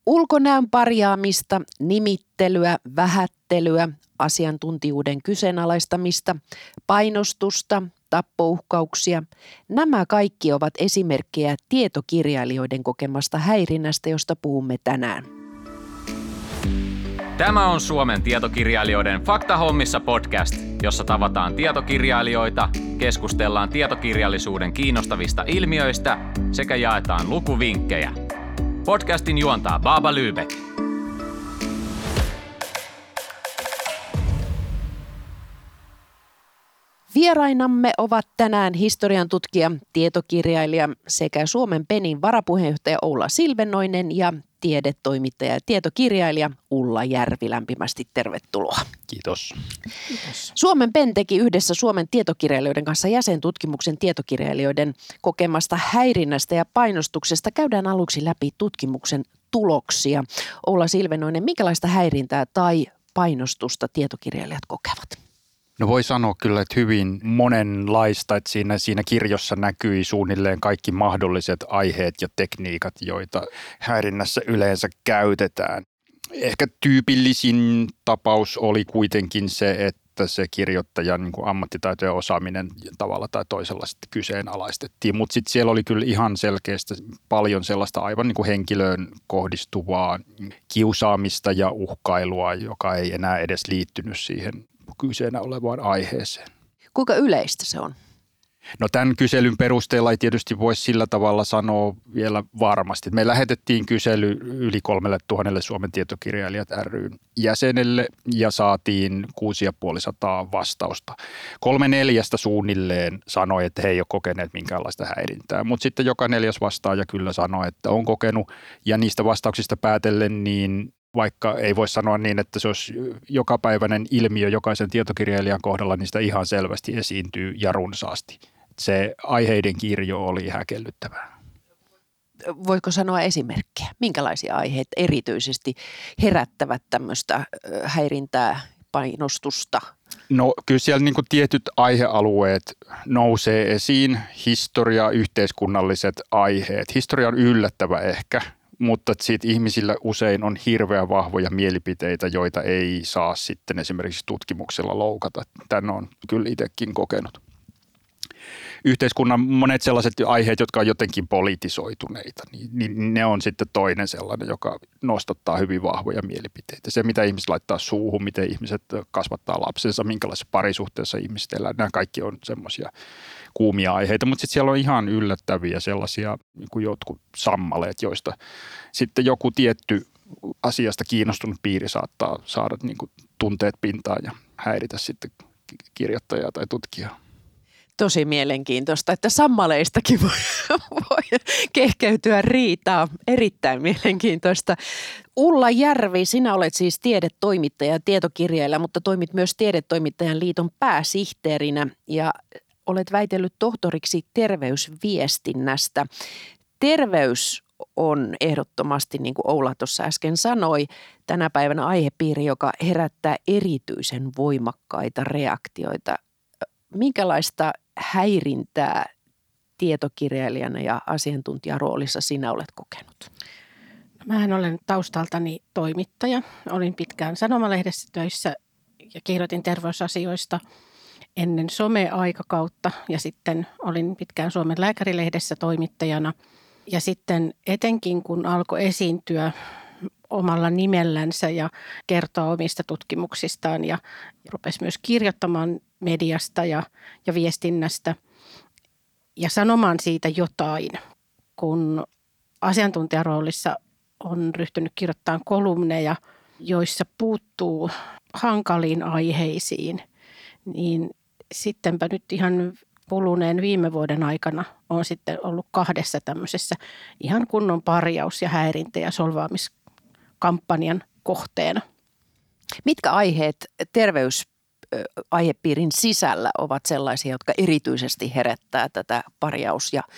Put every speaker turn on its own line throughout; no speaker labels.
Ulkonäön parjaamista, nimittelyä, vähättelyä, asiantuntijuuden kyseenalaistamista, painostusta, tappouhkauksia. Nämä kaikki ovat esimerkkejä tietokirjailijoiden kokemasta häirinnästä, josta puhumme tänään.
Tämä on Suomen tietokirjailijoiden Faktahommissa podcast, jossa tavataan tietokirjailijoita, keskustellaan tietokirjallisuuden kiinnostavista ilmiöistä sekä jaetaan lukuvinkkejä. Podcastin juontaa Baba Lübeck.
Vierainamme ovat tänään historian tutkija, tietokirjailija sekä Suomen PENin varapuheenjohtaja Oula Silvennoinen ja tiedetoimittaja ja tietokirjailija Ulla Järvi. Lämpimästi tervetuloa.
Kiitos.
Suomen PEN teki yhdessä Suomen tietokirjailijoiden kanssa jäsentutkimuksen tietokirjailijoiden kokemasta häirinnästä ja painostuksesta. Käydään aluksi läpi tutkimuksen tuloksia. Oula Silvennoinen, minkälaista häirintää tai painostusta tietokirjailijat kokevat?
No voi sanoa kyllä, että hyvin monenlaista, että siinä kirjossa näkyi suunnilleen kaikki mahdolliset aiheet ja tekniikat, joita häirinnässä yleensä käytetään. Ehkä tyypillisin tapaus oli kuitenkin se, että se kirjoittajan ammattitaito ja osaaminen tavalla tai toisella sitten kyseenalaistettiin, mutta sitten siellä oli kyllä ihan selkeästi paljon sellaista aivan henkilöön kohdistuvaa kiusaamista ja uhkailua, joka ei enää edes liittynyt siihen kyseenä olevaan aiheeseen.
Kuinka yleistä se on?
No tämän kyselyn perusteella ei tietysti voi sillä tavalla sanoa vielä varmasti. Me lähetettiin kysely yli 3000 Suomen tietokirjailijat ry:n jäsenelle ja saatiin 6500 vastausta. 3/4 suunnilleen sanoi, että he ei ole kokeneet minkäänlaista häirintää, mutta sitten joka 4. vastaaja kyllä sanoi, että on kokenut ja niistä vastauksista päätellen niin vaikka ei voi sanoa niin, että se olisi jokapäiväinen ilmiö jokaisen tietokirjailijan kohdalla, niin sitä ihan selvästi esiintyy ja runsaasti. Se aiheiden kirjo oli häkellyttävää.
Voiko sanoa esimerkkejä? Minkälaisia aiheet erityisesti herättävät tämmöistä häirintää, painostusta?
No kyllä siellä tietyt aihealueet nousee esiin. Historia, yhteiskunnalliset aiheet. Historia on yllättävä ehkä. Mutta siitä ihmisillä usein on hirveän vahvoja mielipiteitä, joita ei saa sitten esimerkiksi tutkimuksella loukata. Tän on kyllä itsekin kokenut. Yhteiskunnan monet sellaiset aiheet, jotka on jotenkin politisoituneita, niin ne on sitten toinen sellainen, joka nostattaa hyvin vahvoja mielipiteitä. Se, mitä ihmiset laittaa suuhun, miten ihmiset kasvattaa lapsensa, minkälaisessa parisuhteessa ihmiset elää, nämä kaikki on semmoisia kuumia aiheita, mutta sitten siellä on ihan yllättäviä sellaisia niin kuin jotkut sammaleet, joista sitten joku tietty asiasta kiinnostunut piiri saattaa saada niin kuin tunteet pintaan ja häiritä sitten kirjoittajaa tai tutkijaa.
Tosi mielenkiintoista, että sammaleistakin voi kehkeytyä riitaa. Erittäin mielenkiintoista. Ulla Järvi, sinä olet siis tiedetoimittaja ja tietokirjailija, mutta toimit myös Tiedetoimittajan liiton pääsihteerinä ja olet väitellyt tohtoriksi terveysviestinnästä. Terveys on ehdottomasti, niin kuin Oula tuossa äsken sanoi, tänä päivänä aihepiiri, joka herättää erityisen voimakkaita reaktioita. Minkälaista häirintää tietokirjailijana ja asiantuntijaroolissa sinä olet kokenut?
Mähän olen taustaltani toimittaja. Olin pitkään Sanomalehdessä töissä ja kirjoitin terveysasioista ennen some-aikakautta ja sitten olin pitkään Suomen Lääkärilehdessä toimittajana. Ja sitten etenkin kun alkoi esiintyä omalla nimellänsä ja kertoa omista tutkimuksistaan ja rupesi myös kirjoittamaan mediasta ja viestinnästä ja sanomaan siitä jotain, kun asiantuntijaroolissa on ryhtynyt kirjoittamaan kolumneja, joissa puuttuu hankaliin aiheisiin, niin sittenpä nyt ihan kuluneen viime vuoden aikana on sitten ollut 2 tämmöisessä ihan kunnon parjaus- ja häirintä- ja solvaamiskampanjan kohteena.
Mitkä aiheet terveysaihepiirin sisällä ovat sellaisia, jotka erityisesti herättää tätä parjaus- ja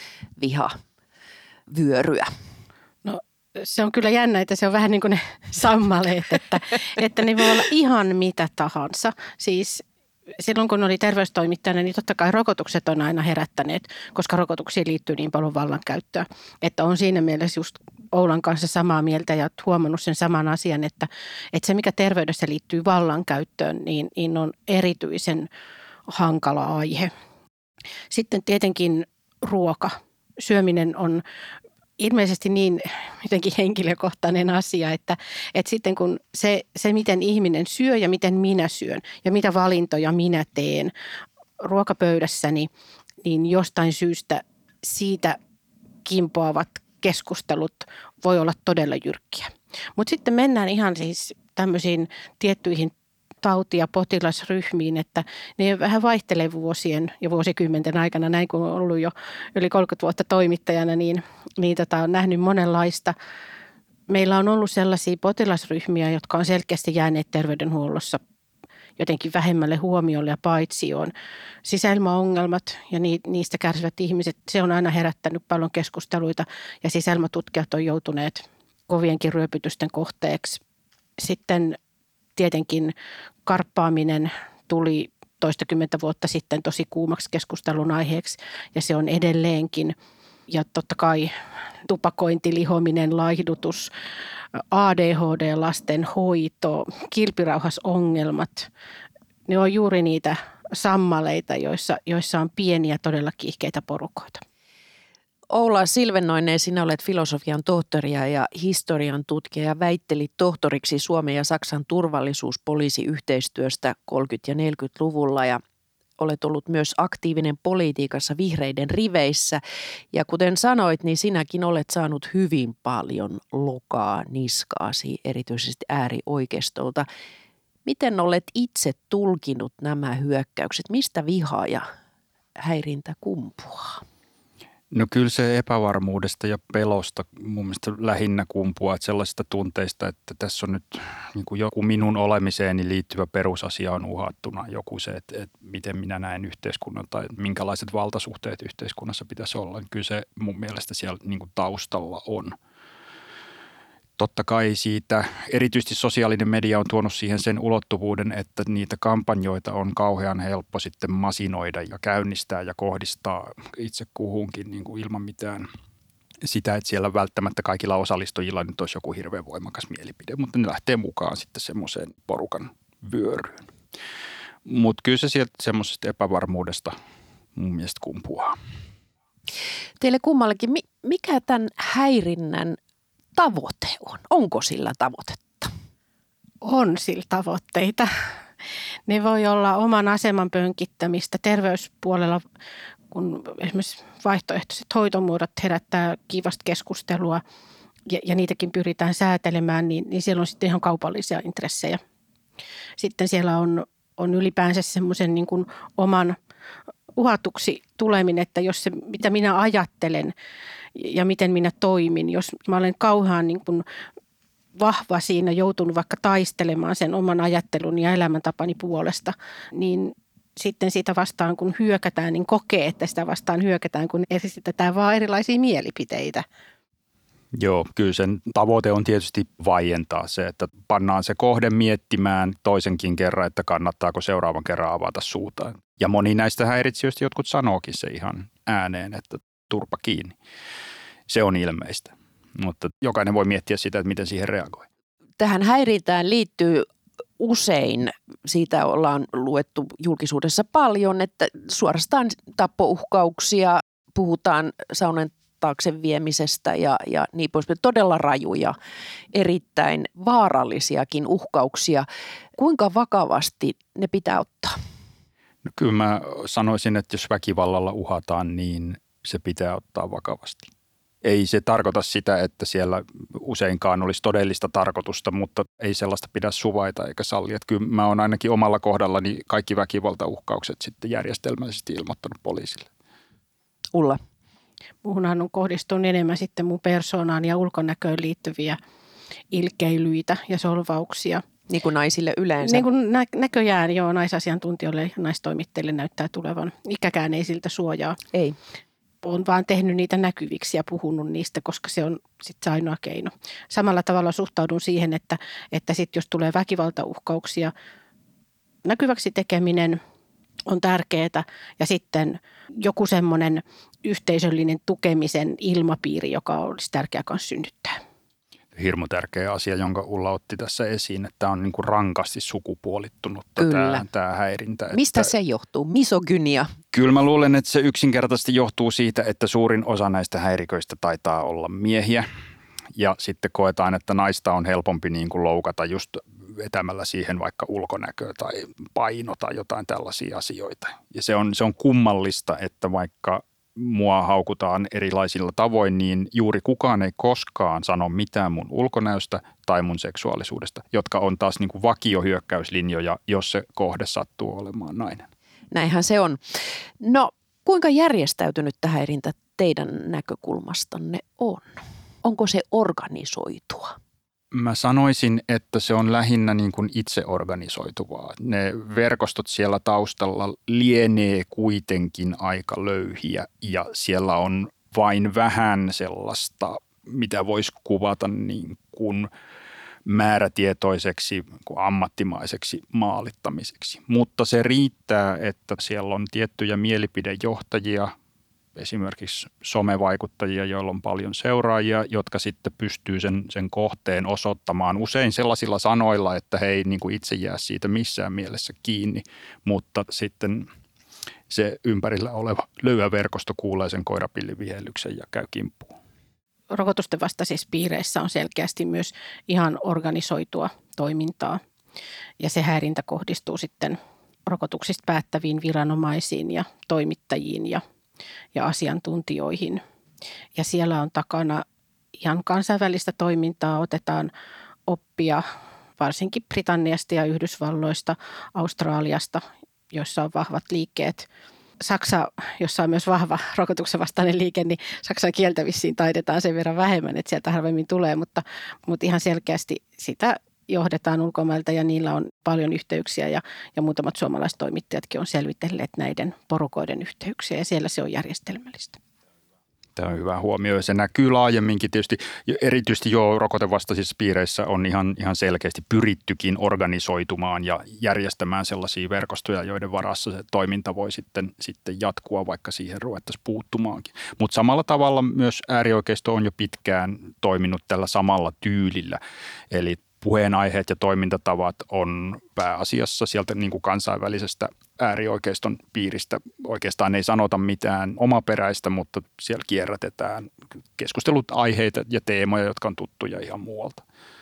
vihavyöryä?
No se on kyllä jännä, että se on vähän niin kuin ne sammaleet, että ne voi olla ihan mitä tahansa. Siis silloin kun oli terveystoimittajana, niin totta kai rokotukset on aina herättäneet, koska rokotuksiin liittyy niin paljon vallankäyttöä, että on siinä mielessä just Oulan kanssa samaa mieltä ja huomannut sen saman asian, että se mikä terveydessä liittyy vallankäyttöön, niin on erityisen hankala aihe. Sitten tietenkin ruoka. Syöminen on ilmeisesti niin jotenkin henkilökohtainen asia, että sitten kun se miten ihminen syö ja miten minä syön ja mitä valintoja minä teen ruokapöydässäni, niin jostain syystä siitä kimpoavat keskustelut voi olla todella jyrkkiä. Mutta sitten mennään ihan siis tämmöisiin tiettyihin tauti- ja potilasryhmiin, että ne vähän vaihtelee vuosien ja vuosikymmenten aikana, näin kun on ollut jo yli 30 vuotta toimittajana, niin on nähnyt monenlaista. Meillä on ollut sellaisia potilasryhmiä, jotka on selkeästi jääneet terveydenhuollossa jotenkin vähemmälle huomiolle ja paitsioon. Sisäilmaongelmat ja niistä kärsivät ihmiset, se on aina herättänyt paljon keskusteluita ja sisäilmatutkijat on joutuneet kovienkin ryöpytysten kohteeksi. Sitten tietenkin karppaaminen tuli toistakymmentä vuotta sitten tosi kuumaksi keskustelun aiheeksi ja se on edelleenkin. Ja totta kai tupakointi, lihominen, laihdutus, ADHD-lasten hoito, kilpirauhasongelmat, ne on juuri niitä sammaleita, joissa on pieniä todella kiihkeitä porukoita.
Oula Silvennoinen, sinä olet filosofian tohtoria ja historian tutkija ja väittelit tohtoriksi Suomen ja Saksan turvallisuuspoliisiyhteistyöstä 30- ja 40-luvulla ja olet ollut myös aktiivinen politiikassa vihreiden riveissä ja kuten sanoit, niin sinäkin olet saanut hyvin paljon lokaa niskaasi, erityisesti äärioikeistolta. Miten olet itse tulkinut nämä hyökkäykset? Mistä viha ja häirintä kumpuaa?
No kyllä se epävarmuudesta ja pelosta mun mielestä lähinnä kumpuaa, että sellaisista tunteista, että tässä on nyt niin kuin joku minun olemiseeni liittyvä perusasia on uhattuna. Joku se, että miten minä näen yhteiskunnan tai minkälaiset valtasuhteet yhteiskunnassa pitäisi olla. Kyllä se mun mielestä siellä niin kuin taustalla on. Totta kai siitä, erityisesti sosiaalinen media on tuonut siihen sen ulottuvuuden, että niitä kampanjoita on kauhean helppo sitten masinoida ja käynnistää ja kohdistaa itse kuhunkin niin kuin ilman mitään sitä, että siellä välttämättä kaikilla osallistujilla nyt olisi joku hirveän voimakas mielipide, mutta ne lähtee mukaan sitten semmoiseen porukan vyöryyn. Mutta kyllä se sieltä semmoisesta epävarmuudesta mun mielestä kumpuaa.
Teille kummallekin, mikä tämän häirinnän tavoite on? Onko sillä tavoitetta?
On sillä tavoitteita. Ne voi olla oman aseman pönkittämistä terveyspuolella, kun esimerkiksi vaihtoehtoiset hoitomuodot herättää kiivasta keskustelua ja niitäkin pyritään säätelemään, niin siellä on sitten ihan kaupallisia intressejä. Sitten siellä on ylipäänsä semmoisen niin kuin oman uhatuksi tuleminen, että jos se, mitä minä ajattelen ja miten minä toimin, jos mä olen kauhean niin kuin vahva siinä, joutunut vaikka taistelemaan sen oman ajattelun ja elämäntapani puolesta, niin sitten sitä vastaan kun hyökätään, niin kokee, että sitä vastaan hyökätään, kun esitetään vaan erilaisia mielipiteitä.
Joo, kyllä sen tavoite on tietysti vaientaa se, että pannaan se kohde miettimään toisenkin kerran, että kannattaako seuraavan kerran avata suutaan. Ja moni näistä häiritsijöistä jotkut sanookin se ihan ääneen, että turpa kiinni. Se on ilmeistä, mutta jokainen voi miettiä sitä, että miten siihen reagoi.
Tähän häirintään liittyy usein, siitä ollaan luettu julkisuudessa paljon, että suorastaan tappouhkauksia, puhutaan saunan taakse viemisestä ja niin poispäin. Todella rajuja, erittäin vaarallisiakin uhkauksia. Kuinka vakavasti ne pitää ottaa?
No kyllä mä sanoisin, että jos väkivallalla uhataan, niin se pitää ottaa vakavasti. Ei se tarkoita sitä, että siellä useinkaan olisi todellista tarkoitusta, mutta ei sellaista pidä suvaita eikä sallia. Että kyllä mä oon ainakin omalla kohdallani kaikki väkivaltauhkaukset sitten järjestelmällisesti ilmoittanut poliisille.
Ulla.
Muuhunhan on kohdistunut enemmän sitten mun persoonaan ja ulkonäköön liittyviä ilkeilyitä ja solvauksia.
Niin kuin naisille yleensä.
Niin kuin näköjään joo, naisasiantuntijoille ja naistoimittajille näyttää tulevan. Ikäkään ei siltä suojaa.
Ei.
Olen vaan tehnyt niitä näkyviksi ja puhunut niistä, koska se on sitten se ainoa keino. Samalla tavalla suhtaudun siihen, että sit jos tulee väkivaltauhkauksia, näkyväksi tekeminen on tärkeää ja sitten joku semmoinen yhteisöllinen tukemisen ilmapiiri, joka olisi tärkeää myös synnyttää.
Hirmu tärkeä asia, jonka Ulla otti tässä esiin, että tämä on niin kuin rankasti sukupuolittunut tämä häirintä.
Mistä se johtuu? Misogynia?
Kyllä mä luulen, että se yksinkertaisesti johtuu siitä, että suurin osa näistä häiriköistä taitaa olla miehiä. Ja sitten koetaan, että naista on helpompi niin kuin loukata just vetämällä siihen vaikka ulkonäköä tai paino tai jotain tällaisia asioita. Ja se on kummallista, että vaikka mua haukutaan erilaisilla tavoin, niin juuri kukaan ei koskaan sano mitään mun ulkonäöstä tai mun seksuaalisuudesta, jotka on taas niin kuin vakiohyökkäyslinjoja, jos se kohde sattuu olemaan nainen.
Näinhän se on. No, kuinka järjestäytynyttä häirintä teidän näkökulmastanne on? Onko se organisoitua?
Mä sanoisin, että se on lähinnä niin kuin itseorganisoituvaa. Ne verkostot siellä taustalla lienee kuitenkin aika löyhiä ja siellä on vain vähän sellaista, mitä voisi kuvata niin kuin määrätietoiseksi, ammattimaiseksi maalittamiseksi. Mutta se riittää, että siellä on tiettyjä mielipidejohtajia, esimerkiksi somevaikuttajia, joilla on paljon seuraajia, jotka sitten pystyy sen kohteen osoittamaan usein sellaisilla sanoilla, että he ei niin kuin itse jää siitä missään mielessä kiinni, mutta sitten se ympärillä oleva löyhä verkosto kuulee sen koirapillivihellyksen ja käy kimppuun.
Rokotusten vastaisissa piireissä on selkeästi myös ihan organisoitua toimintaa ja se häirintä kohdistuu sitten rokotuksista päättäviin viranomaisiin ja toimittajiin ja asiantuntijoihin. Ja siellä on takana ihan kansainvälistä toimintaa, otetaan oppia varsinkin Britanniasta ja Yhdysvalloista, Australiasta, joissa on vahvat liikkeet. Saksa, jossa on myös vahva rokotuksen vastainen liike, niin Saksan kieltä vissiin taidetaan sen verran vähemmän, että sieltä harvemmin tulee, mutta ihan selkeästi sitä johdetaan ulkomailta ja niillä on paljon yhteyksiä ja muutamat suomalaiset toimittajatkin on selvitelleet näiden porukoiden yhteyksiä ja siellä se on järjestelmällistä.
Tämä on hyvä huomio ja se näkyy laajemminkin tietysti. Erityisesti rokotevastaisissa piireissä on ihan selkeästi pyrittykin organisoitumaan ja järjestämään sellaisia verkostoja, joiden varassa se toiminta voi sitten jatkua, vaikka siihen ruvettaisiin puuttumaankin. Mutta samalla tavalla myös äärioikeisto on jo pitkään toiminut tällä samalla tyylillä, eli puheenaiheet ja toimintatavat on pääasiassa sieltä niin kuin kansainvälisestä äärioikeiston piiristä. Oikeastaan ei sanota mitään omaperäistä, mutta siellä kierrätetään keskustelut, aiheita ja teemoja, jotka on tuttuja ihan muualta.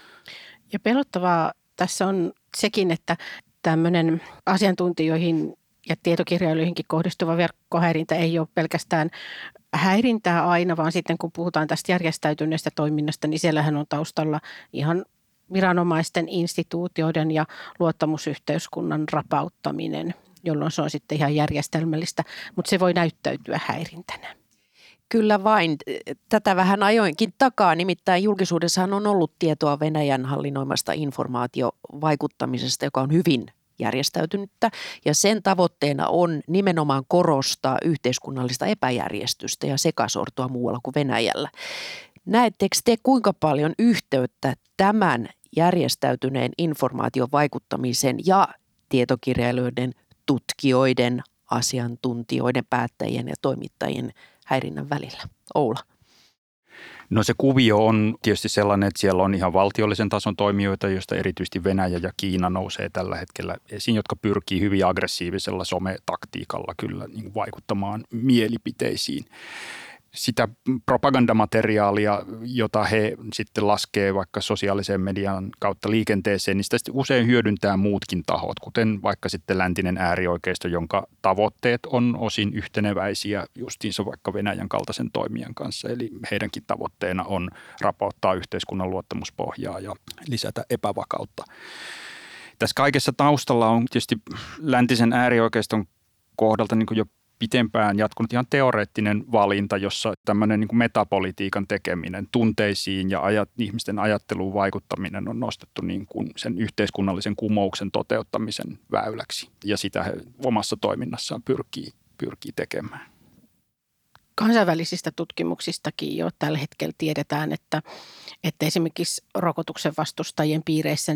Ja pelottavaa tässä on sekin, että tämmöinen asiantuntijoihin ja tietokirjailijoihinkin kohdistuva verkkohäirintä ei ole pelkästään häirintää aina, vaan sitten kun puhutaan tästä järjestäytyneestä toiminnasta, niin siellähän on taustalla ihan viranomaisten, instituutioiden ja luottamusyhteiskunnan rapauttaminen, jolloin se on sitten ihan järjestelmällistä, mutta se voi näyttäytyä häirintänä.
Kyllä vain. Tätä vähän ajoinkin takaa, nimittäin julkisuudessahan on ollut tietoa Venäjän hallinnoimasta informaatiovaikuttamisesta, joka on hyvin järjestäytynyttä ja sen tavoitteena on nimenomaan korostaa yhteiskunnallista epäjärjestystä ja sekasortoa muualla kuin Venäjällä. Näettekö te kuinka paljon yhteyttä tämän järjestäytyneen informaation vaikuttamisen ja tietokirjailijoiden, tutkijoiden, asiantuntijoiden, päättäjien ja toimittajien häirinnän välillä? Oula.
No se kuvio on tietysti sellainen, että siellä on ihan valtiollisen tason toimijoita, joista erityisesti Venäjä ja Kiina nousee tällä hetkellä esiin, jotka pyrkii hyvin aggressiivisella sometaktiikalla kyllä niin kuin vaikuttamaan mielipiteisiin. Sitä propagandamateriaalia, jota he sitten laskee vaikka sosiaalisen median kautta liikenteeseen, niin sitä usein hyödyntää muutkin tahot, kuten vaikka sitten läntinen äärioikeisto, jonka tavoitteet on osin yhteneväisiä justiinsa vaikka Venäjän kaltaisen toimijan kanssa. Eli heidänkin tavoitteena on rapauttaa yhteiskunnan luottamuspohjaa ja lisätä epävakautta. Tässä kaikessa taustalla on tietysti läntisen äärioikeiston kohdalta niin kuin jo pitempään jatkunut ihan teoreettinen valinta, jossa tämmöinen niin kuin metapolitiikan tekeminen, tunteisiin ja ihmisten ajatteluun vaikuttaminen on nostettu niin kuin sen yhteiskunnallisen kumouksen toteuttamisen väyläksi. Ja sitä he omassa toiminnassaan pyrkii tekemään.
Kansainvälisistä tutkimuksistakin jo tällä hetkellä tiedetään, että esimerkiksi rokotuksen vastustajien piireissä niin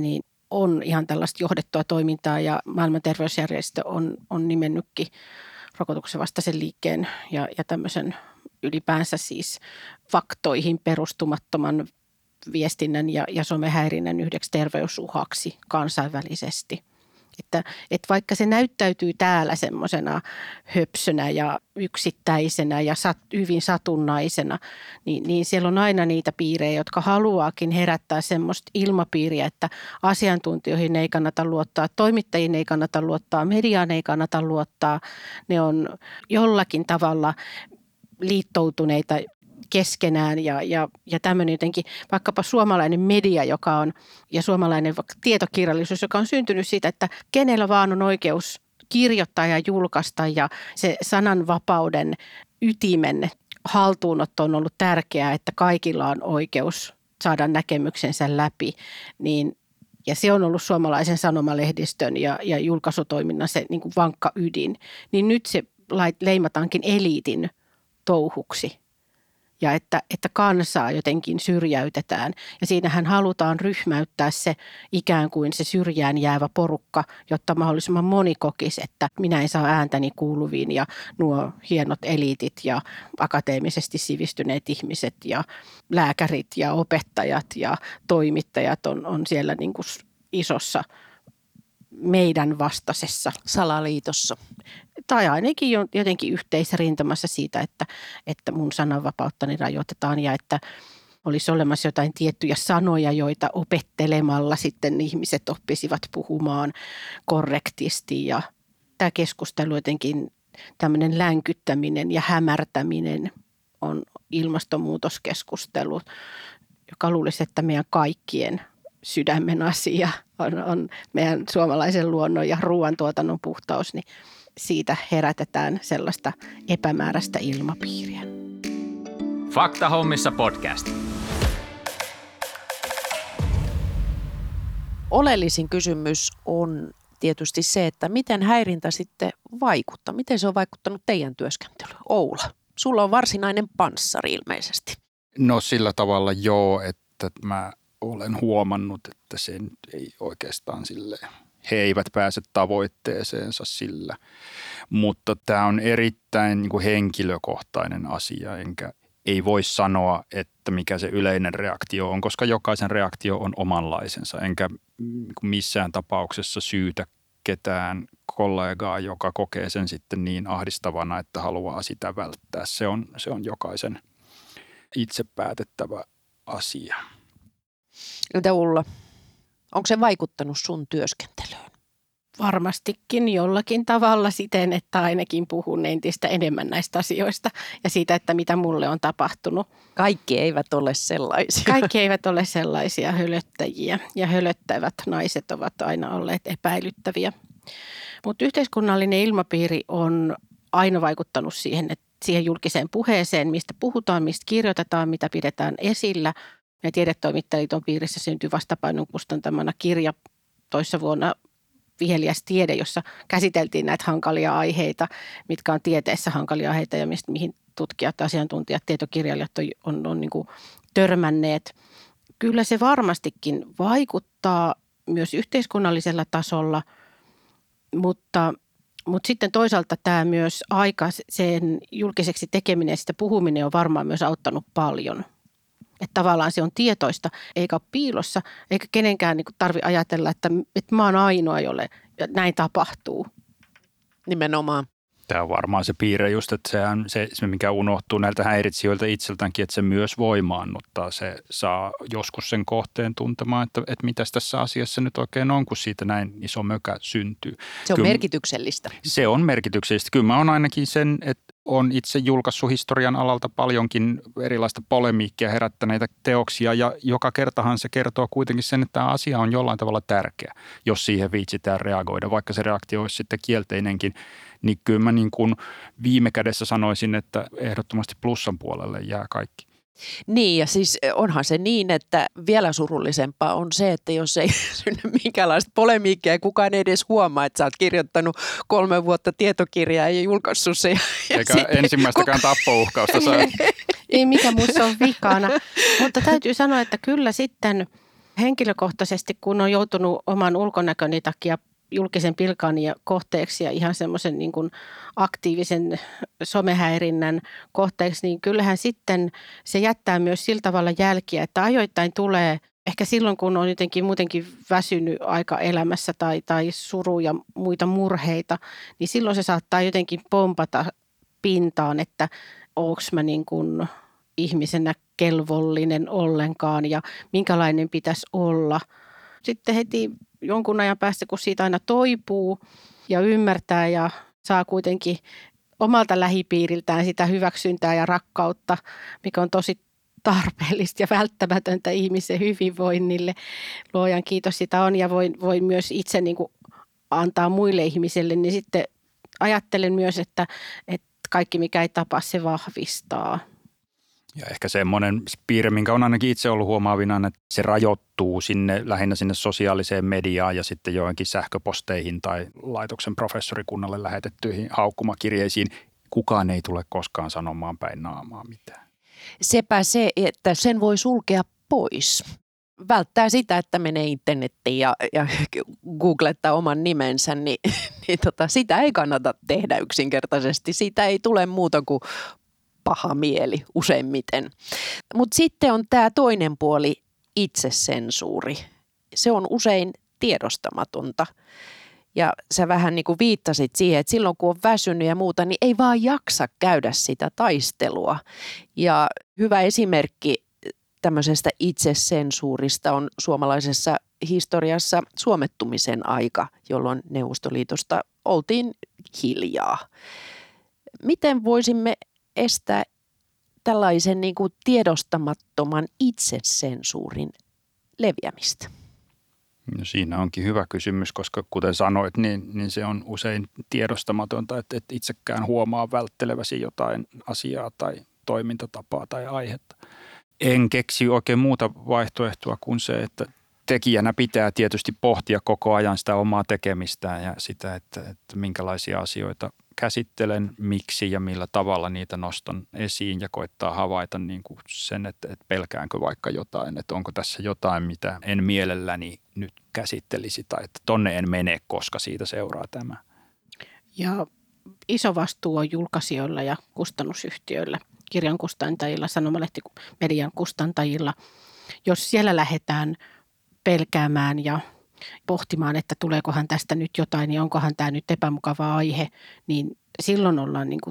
on ihan tällaista johdettua toimintaa ja maailman terveysjärjestö on nimennytkin rokotuksen vastaisen liikkeen ja tämmöisen ylipäänsä siis faktoihin perustumattoman viestinnän ja somehäirinnän yhdeksi terveysuhaksi kansainvälisesti. Että vaikka se näyttäytyy täällä semmoisena höpsönä ja yksittäisenä ja hyvin satunnaisena, niin siellä on aina niitä piirejä, jotka haluaakin herättää semmoista ilmapiiriä, että asiantuntijoihin ei kannata luottaa, toimittajiin ei kannata luottaa, mediaan ei kannata luottaa. Ne on jollakin tavalla liittoutuneita keskenään ja tämmöinen jotenkin vaikkapa suomalainen media, joka on ja suomalainen tietokirjallisuus, joka on syntynyt siitä, että kenellä vaan on oikeus kirjoittaa ja julkaista ja se sananvapauden ytimen haltuunotto on ollut tärkeää, että kaikilla on oikeus saada näkemyksensä läpi, ja se on ollut suomalaisen sanomalehdistön ja julkaisutoiminnan se niin kuin vankka ydin, niin nyt se leimataankin eliitin touhuksi. Ja että kansaa jotenkin syrjäytetään. Ja siinähän halutaan ryhmäyttää se ikään kuin se syrjään jäävä porukka, jotta mahdollisimman moni kokisi, että minä en saa ääntäni kuuluviin ja nuo hienot eliitit ja akateemisesti sivistyneet ihmiset ja lääkärit ja opettajat ja toimittajat on siellä niin kuin isossa meidän vastaisessa
salaliitossa.
Tai ainakin jotenkin yhteisrintamassa siitä, että mun sananvapauttani rajoitetaan ja että olisi olemassa jotain tiettyjä sanoja, joita opettelemalla sitten ihmiset oppisivat puhumaan korrektisti. Ja tämä keskustelu jotenkin tämmöinen länkyttäminen ja hämärtäminen on ilmastonmuutoskeskustelu, joka luulisi, että meidän kaikkien sydämen asia on meidän suomalaisen luonnon ja ruoantuotannon puhtaus, niin siitä herätetään sellaista epämääräistä ilmapiiriä.
Fakta hommissa podcast.
Oleellisin kysymys on tietysti se, että miten häirintä sitten vaikuttaa. Miten se on vaikuttanut teidän työskentelyyn? Oula, sulla on varsinainen panssari ilmeisesti.
No sillä tavalla joo, että mä olen huomannut, että se ei oikeastaan silleen, he eivät pääse tavoitteeseensa sillä, mutta tämä on erittäin niin kuin henkilökohtainen asia, ei voi sanoa, että mikä se yleinen reaktio on, koska jokaisen reaktio on omanlaisensa, enkä missään tapauksessa syytä ketään kollegaa, joka kokee sen sitten niin ahdistavana, että haluaa sitä välttää. Se on jokaisen itse päätettävä asia.
Entä Ulla, onko se vaikuttanut sun työskentelyyn?
Varmastikin jollakin tavalla siten, että ainakin puhun entistä enemmän näistä asioista ja siitä, että mitä mulle on tapahtunut.
Kaikki eivät ole sellaisia.
Kaikki eivät ole sellaisia hölöttäjiä ja hölöttävät naiset ovat aina olleet epäilyttäviä. Mutta yhteiskunnallinen ilmapiiri on aina vaikuttanut siihen julkiseen puheeseen, mistä puhutaan, mistä kirjoitetaan, mitä pidetään esillä. Ja Tiedetoimittajaliiton piirissä syntyi Vastapainon kustantamana kirja toissa vuonna Viheliäs tiede, jossa käsiteltiin näitä hankalia aiheita, mitkä on tieteessä hankalia aiheita ja mihin tutkijat, asiantuntijat, tietokirjailijat on niin kuin törmänneet. Kyllä se varmastikin vaikuttaa myös yhteiskunnallisella tasolla, mutta sitten toisaalta tämä myös aika, sen julkiseksi tekeminen ja sitä puhuminen on varmaan myös auttanut paljon. Että tavallaan se on tietoista, eikä ole piilossa, eikä kenenkään tarvitse ajatella, että mä oon ainoa, jolle näin tapahtuu.
Nimenomaan.
Tämä on varmaan se piirre just, että se mikä unohtuu näiltä häiritsijöiltä itseltäänkin, että se myös voimaannuttaa. Se saa joskus sen kohteen tuntemaan, että mitäs tässä asiassa nyt oikein on, kun siitä näin iso mökä syntyy.
Se on merkityksellistä.
Se on merkityksellistä. Kyllä mä oon ainakin sen, että on itse julkaissut historian alalta paljonkin erilaista polemiikkia herättäneitä teoksia ja joka kertahan se kertoo kuitenkin sen, että tämä asia on jollain tavalla tärkeä, jos siihen viitsitään reagoida, vaikka se reaktio olisi sitten kielteinenkin, niin kyllä mä niin kuin viime kädessä sanoisin, että ehdottomasti plussan puolelle jää kaikki.
Niin ja siis onhan se niin, että vielä surullisempaa on se, että jos ei synny minkäänlaista polemiikkia ja kukaan ei edes huomaa, että sä oot kirjoittanut 3 vuotta tietokirjaa ja julkaissut se.
Eikä ensimmäistäkään tappouhkausta saa.
Ei mikä muussa on vikana, mutta täytyy sanoa, että kyllä sitten Henkilökohtaisesti, kun on joutunut oman ulkonäköni takia julkisen pilkan ja kohteeksi ja ihan semmoisen niin kuin aktiivisen somehäirinnän kohteeksi, niin kyllähän sitten se jättää myös sillä tavalla jälkiä, että ajoittain tulee, ehkä silloin kun on jotenkin muutenkin väsynyt aika elämässä tai suru ja muita murheita, niin silloin se saattaa jotenkin pompata pintaan, että onko mä niin kuin ihmisenä kelvollinen ollenkaan ja minkälainen pitäisi olla. Sitten heti jonkun ajan päästä, kun siitä aina toipuu ja ymmärtää ja saa kuitenkin omalta lähipiiriltään sitä hyväksyntää ja rakkautta, mikä on tosi tarpeellista ja välttämätöntä ihmisen hyvinvoinnille. Luojan kiitos sitä on ja voi myös itse niin kuin antaa muille ihmisille, niin sitten ajattelen myös, että kaikki mikä ei tapa, se vahvistaa.
Ja ehkä semmoinen piirre, minkä on ainakin itse ollut huomaavinaan, että se rajoittuu lähinnä sinne sosiaaliseen mediaan ja sitten joihinkin sähköposteihin tai laitoksen professorikunnalle lähetettyihin haukkumakirjeisiin. Kukaan ei tule koskaan sanomaan päin naamaa mitään.
Sepä se, että sen voi sulkea pois. Välttää sitä, että menee internettiin ja googlettaa oman nimensä, niin sitä ei kannata tehdä yksinkertaisesti. Siitä ei tule muuta kuin paha mieli useimmiten. Mutta sitten on tämä toinen puoli, itsesensuuri. Se on usein tiedostamatonta. Ja sä vähän niin kuin viittasit siihen, että silloin kun on väsynyt ja muuta, niin ei vaan jaksa käydä sitä taistelua. Ja hyvä esimerkki tämmöisestä itsesensuurista on suomalaisessa historiassa suomettumisen aika, jolloin Neuvostoliitosta oltiin hiljaa. Miten voisimme estää tällaisen niin kuin tiedostamattoman itsesensuurin leviämistä?
No siinä onkin hyvä kysymys, koska kuten sanoit, niin se on usein tiedostamatonta, että et itsekään huomaa vältteleväsi jotain asiaa tai toimintatapaa tai aihetta. En keksi oikein muuta vaihtoehtoa kuin se, että tekijänä pitää tietysti pohtia koko ajan sitä omaa tekemistään ja sitä, että minkälaisia asioita käsittelen, miksi ja millä tavalla niitä nostan esiin ja koittaa havaita niin kuin sen, että pelkäänkö vaikka jotain, että onko tässä jotain, mitä en mielelläni nyt käsittelisi tai että tonne en mene, koska siitä seuraa tämä.
Ja iso vastuu on julkaisijoilla ja kustannusyhtiöillä, kirjan kustantajilla, sanomalehtimedian kustantajilla. Jos siellä lähdetään pelkäämään ja pohtimaan, että tuleekohan tästä nyt jotain, niin onkohan tämä nyt epämukava aihe, niin silloin ollaan niin kuin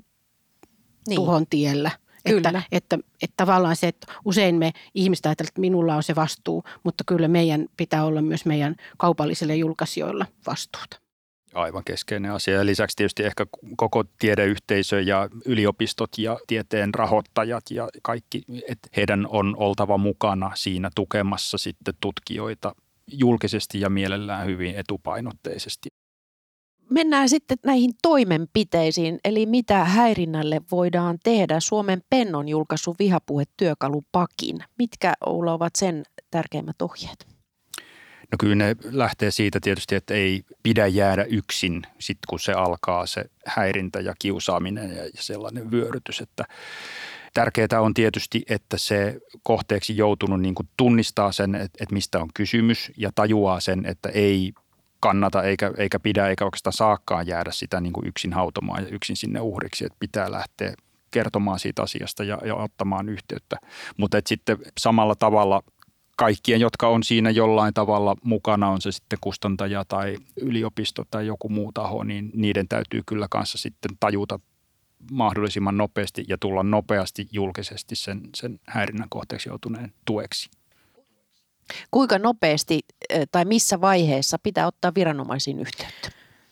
tuhon tiellä. Että tavallaan se, että usein me ihmiset ajatellaan, että minulla on se vastuu, mutta kyllä meidän pitää olla myös meidän kaupallisille julkaisijoilla vastuuta.
Aivan keskeinen asia. Ja lisäksi tietysti ehkä koko tiedeyhteisö ja yliopistot ja tieteen rahoittajat ja kaikki, että heidän on oltava mukana siinä tukemassa sitten tutkijoita julkisesti ja mielellään hyvin etupainotteisesti.
Mennään sitten näihin toimenpiteisiin, eli mitä häirinnälle voidaan tehdä. Suomen PEN on julkaissut vihapuhetyökalupakin. Mitkä, Oula, ovat sen tärkeimmät ohjeet?
No kyllä ne lähtee siitä tietysti, että ei pidä jäädä yksin sit kun se alkaa se häirintä ja kiusaaminen ja sellainen vyörytys, että tärkeää on tietysti, että se kohteeksi joutunut niin kuin tunnistaa sen, että mistä on kysymys ja tajuaa sen, että ei kannata eikä pidä eikä oikeastaan saakkaan jäädä sitä niin kuin yksin hautomaan ja yksin sinne uhriksi, että pitää lähteä kertomaan siitä asiasta ja ottamaan yhteyttä. Mutta sitten samalla tavalla kaikkien, jotka on siinä jollain tavalla mukana, on se sitten kustantaja tai yliopisto tai joku muu taho, niin niiden täytyy kyllä kanssa sitten tajuta mahdollisimman nopeasti ja tulla nopeasti julkisesti sen häirinnän kohteeksi joutuneen tueksi.
Kuinka nopeasti tai missä vaiheessa pitää ottaa viranomaisiin yhteyttä?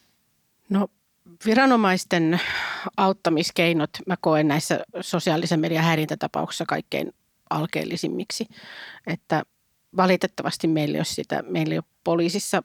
No viranomaisten auttamiskeinot mä koen näissä sosiaalisen median häirintätapauksissa kaikkein alkeellisimmiksi, että valitettavasti meillä ei ole poliisissa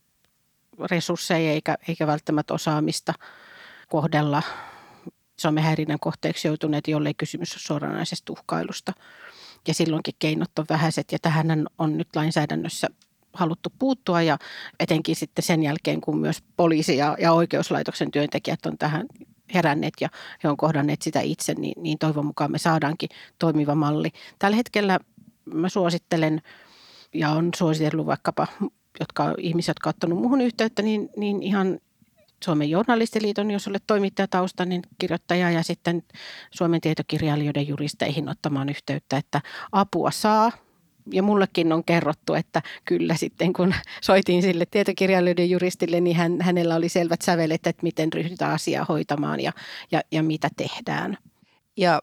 resursseja eikä välttämättä osaamista kohdella somehäirinnän kohteeksi joutuneet, jollei kysymys ole suoranaisesta uhkailusta. Ja silloinkin keinot on vähäiset ja tähän on nyt lainsäädännössä haluttu puuttua ja etenkin sitten sen jälkeen, kun myös poliisi ja oikeuslaitoksen työntekijät on tähän heränneet ja he on kohdanneet sitä itse, niin toivon mukaan me saadaankin toimiva malli. Tällä hetkellä mä suosittelen ja on suositellut vaikkapa ihmisiä, jotka ovat ottanut muuhun yhteyttä, niin ihan Suomen journalistiliiton, jos olet toimittajatausta, niin kirjoittaja ja sitten Suomen tietokirjailijoiden juristeihin ottamaan yhteyttä, että apua saa. Ja mullekin on kerrottu, että kyllä sitten kun soitin sille tietokirjailijoiden juristille, niin hänellä oli selvät sävelet, että miten ryhdytään asiaa hoitamaan ja mitä tehdään.
Ja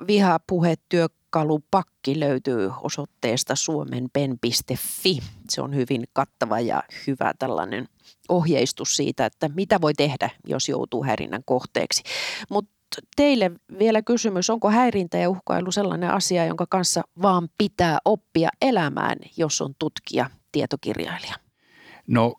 vihapuhetyökalupakki löytyy osoitteesta suomenpen.fi. Se on hyvin kattava ja hyvä tällainen ohjeistus siitä, että mitä voi tehdä, jos joutuu häirinnän kohteeksi. Mutta teille vielä kysymys, onko häirintä ja uhkailu sellainen asia, jonka kanssa vaan pitää oppia elämään, jos on tutkija, tietokirjailija?
No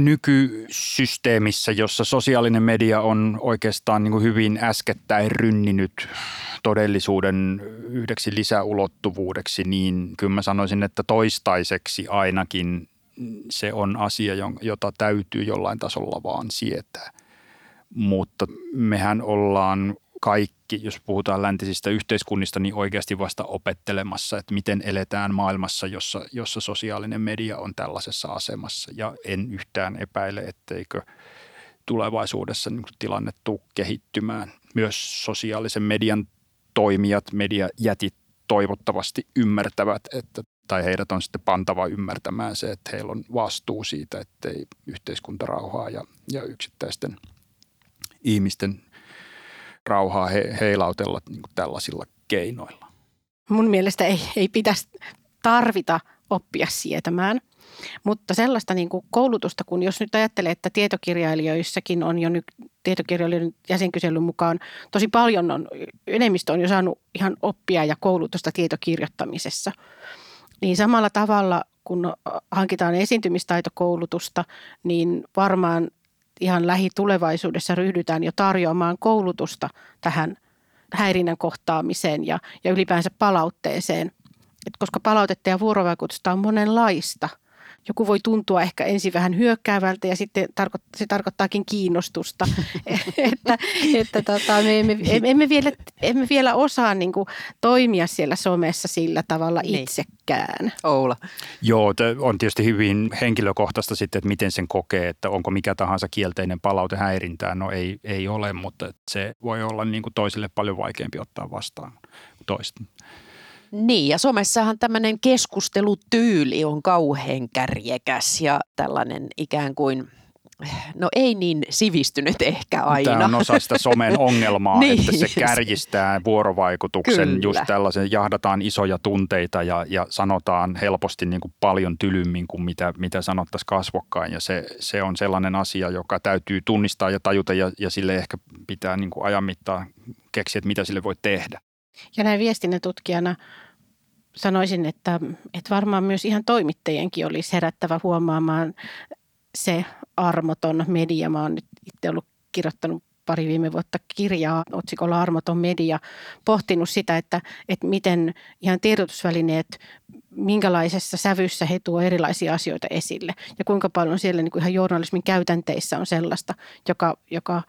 nykysysteemissä, jossa sosiaalinen media on oikeastaan niin kuin hyvin äskettäin rynninyt todellisuuden yhdeksi lisäulottuvuudeksi, niin kyllä mä sanoisin, että toistaiseksi ainakin se on asia, jota täytyy jollain tasolla vaan sietää. Mutta mehän ollaan kaikki, jos puhutaan läntisistä yhteiskunnista, niin oikeasti vasta opettelemassa, että miten eletään maailmassa, jossa sosiaalinen media on tällaisessa asemassa. Ja en yhtään epäile, etteikö tulevaisuudessa niin tilanne tule kehittymään. Myös sosiaalisen median toimijat, mediajätit toivottavasti ymmärtävät, tai heidät on sitten pantava ymmärtämään se, että heillä on vastuu siitä, ettei yhteiskuntarauhaa ja yksittäisten ihmisten rauhaa heilautella niin kuin tällaisilla keinoilla.
Mun mielestä ei pitäisi tarvita oppia sietämään, mutta sellaista niin kuin koulutusta, kun jos nyt ajattelee, että tietokirjailijoissakin on jo nyt tietokirjailijoiden jäsenkyselyn mukaan tosi paljon enemmistö on jo saanut ihan oppia ja koulutusta tietokirjoittamisessa, niin samalla tavalla kun hankitaan esiintymistaitokoulutusta, niin varmaan ihan lähitulevaisuudessa ryhdytään jo tarjoamaan koulutusta tähän häirinnän kohtaamiseen ja ylipäänsä palautteeseen. Koska palautetta ja vuorovaikutusta on monenlaista. Joku voi tuntua ehkä ensin vähän hyökkäävältä ja sitten se tarkoittaakin kiinnostusta. Me emme vielä osaa niin kuin toimia siellä somessa sillä tavalla itsekään.
Oula.
Joo, on tietysti hyvin henkilökohtaista sitten, että miten sen kokee, että onko mikä tahansa kielteinen palaute häirintää. No ei ole, mutta se voi olla niin kuin toisille paljon vaikeampi ottaa vastaan kuin toista.
Niin, ja somessahan tämmöinen keskustelutyyli on kauhean kärjekäs ja tällainen ikään kuin, no ei niin sivistynyt ehkä aina.
Tämä on osa sitä somen ongelmaa,
niin,
että se kärjistää vuorovaikutuksen,
kyllä.
Just tällaisen, jahdataan isoja tunteita ja sanotaan helposti niin kuin paljon tylymmin kuin mitä sanottaisiin kasvokkain. Ja se on sellainen asia, joka täytyy tunnistaa ja tajuta ja sille ehkä pitää niin kuin ajan mittaan keksiä, että mitä sille voi tehdä.
Ja näin viestinnän tutkijana sanoisin, että varmaan myös ihan toimittajienkin olisi herättävä huomaamaan se armoton media. Mä oon nyt itse ollut kirjoittanut pari viime vuotta kirjaa otsikolla Armoton media, pohtinut sitä, että miten ihan tiedotusvälineet, minkälaisessa sävyssä he tuo erilaisia asioita esille ja kuinka paljon siellä niin kuin ihan journalismin käytänteissä on sellaista, joka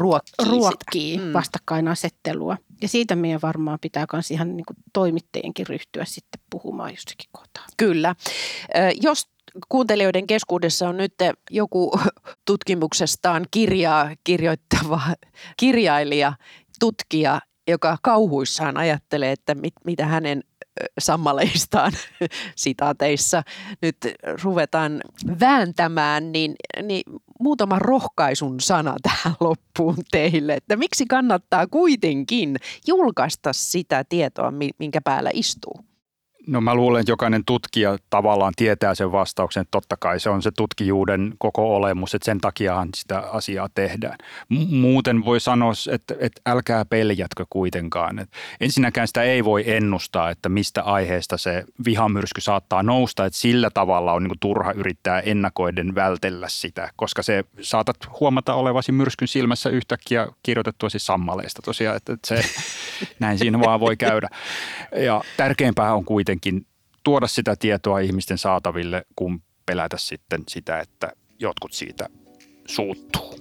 ruokkii vastakkainasettelua. Ja siitä meidän varmaan pitää myös ihan niin kuin toimittajienkin ryhtyä sitten puhumaan jossakin kohtaa.
Kyllä. Jos kuuntelijoiden keskuudessa on nyt joku tutkimuksestaan kirjaa kirjoittava kirjailija, tutkija, joka kauhuissaan ajattelee, että mitä hänen sammaleistaan sitaateissa nyt ruvetaan vääntämään, niin muutama rohkaisun sana tähän loppuun teille, että miksi kannattaa kuitenkin julkaista sitä tietoa, minkä päällä istuu?
No mä luulen, että jokainen tutkija tavallaan tietää sen vastauksen, että totta kai se on se tutkijuuden koko olemus, että sen takiahan sitä asiaa tehdään. Muuten voi sanoa, että älkää peljätkö kuitenkaan. Että ensinnäkään sitä ei voi ennustaa, että mistä aiheesta se vihamyrsky saattaa nousta, että sillä tavalla on niin kuin turha yrittää ennakoiden vältellä sitä, koska se saatat huomata olevasi myrskyn silmässä yhtäkkiä kirjoitettuasi sammaleista tosiaan, että se näin siinä vaan voi käydä. Ja tärkeämpää on kuitenkin tuoda sitä tietoa ihmisten saataville, kun pelätä sitten sitä, että jotkut siitä suuttuu.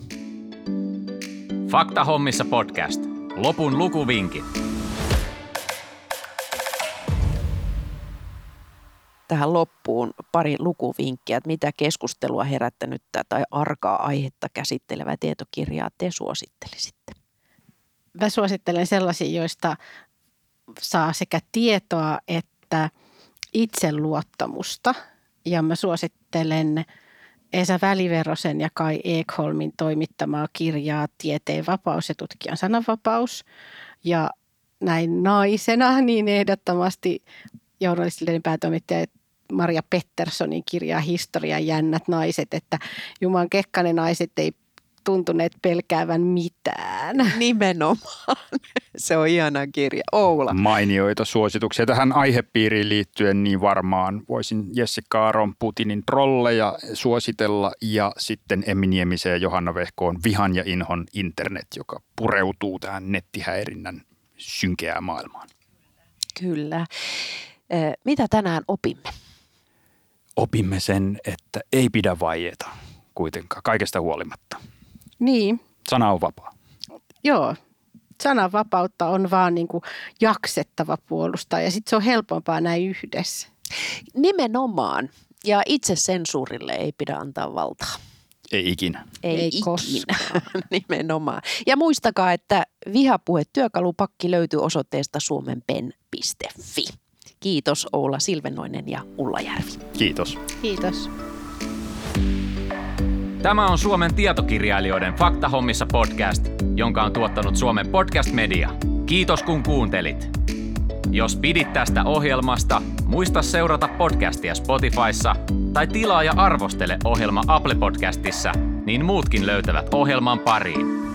Faktahommissa podcast. Lopun lukuvinkit.
tähän loppuun pari lukuvinkkiä, että mitä keskustelua herättänyttä tai arkaa aihetta käsittelevää tietokirjaa te suosittelisitte?
Mä suosittelen sellaisia, joista saa sekä tietoa että itseluottamusta. Ja mä suosittelen Esa Väliverosen ja Kai Ekholmin toimittamaa kirjaa Tieteen vapaus ja tutkijan sananvapaus. Ja näin naisena niin ehdottomasti journalistinen päätoimittaja Maria Petterssonin kirjaa Historian jännät naiset, että Juman Kekkanen naiset ei tuntuneet pelkäävän mitään.
Nimenomaan. Se on ihana kirja. Oula.
Mainioita suosituksia. Tähän aihepiiriin liittyen niin varmaan voisin Jessica Aron Putinin trolleja suositella ja sitten Emmi Niemisen ja Johanna Vehkoon Vihan ja inhon internet, joka pureutuu tähän nettihäirinnän synkeään maailmaan.
Kyllä. Mitä tänään opimme?
Opimme sen, että ei pidä vaieta kuitenkaan, kaikesta huolimatta.
Niin.
Sana on vapaa.
Joo. Sananvapautta on vaan niin kuin jaksettava puolustaa ja sitten se on helpompaa näin yhdessä.
Nimenomaan. Ja itsesensuurille ei pidä antaa valtaa.
Ei ikinä.
Ei ikinä. Nimenomaan. Ja muistakaa, että vihapuhe-työkalupakki löytyy osoitteesta suomenpen.fi. Kiitos Oula Silvennoinen ja Ulla Järvi.
Kiitos.
Kiitos.
Tämä on Suomen tietokirjailijoiden Faktahommissa podcast, jonka on tuottanut Suomen Podcast Media. Kiitos kun kuuntelit. Jos pidit tästä ohjelmasta, muista seurata podcastia Spotifyssa tai tilaa ja arvostele ohjelma Apple Podcastissa, niin muutkin löytävät ohjelman pariin.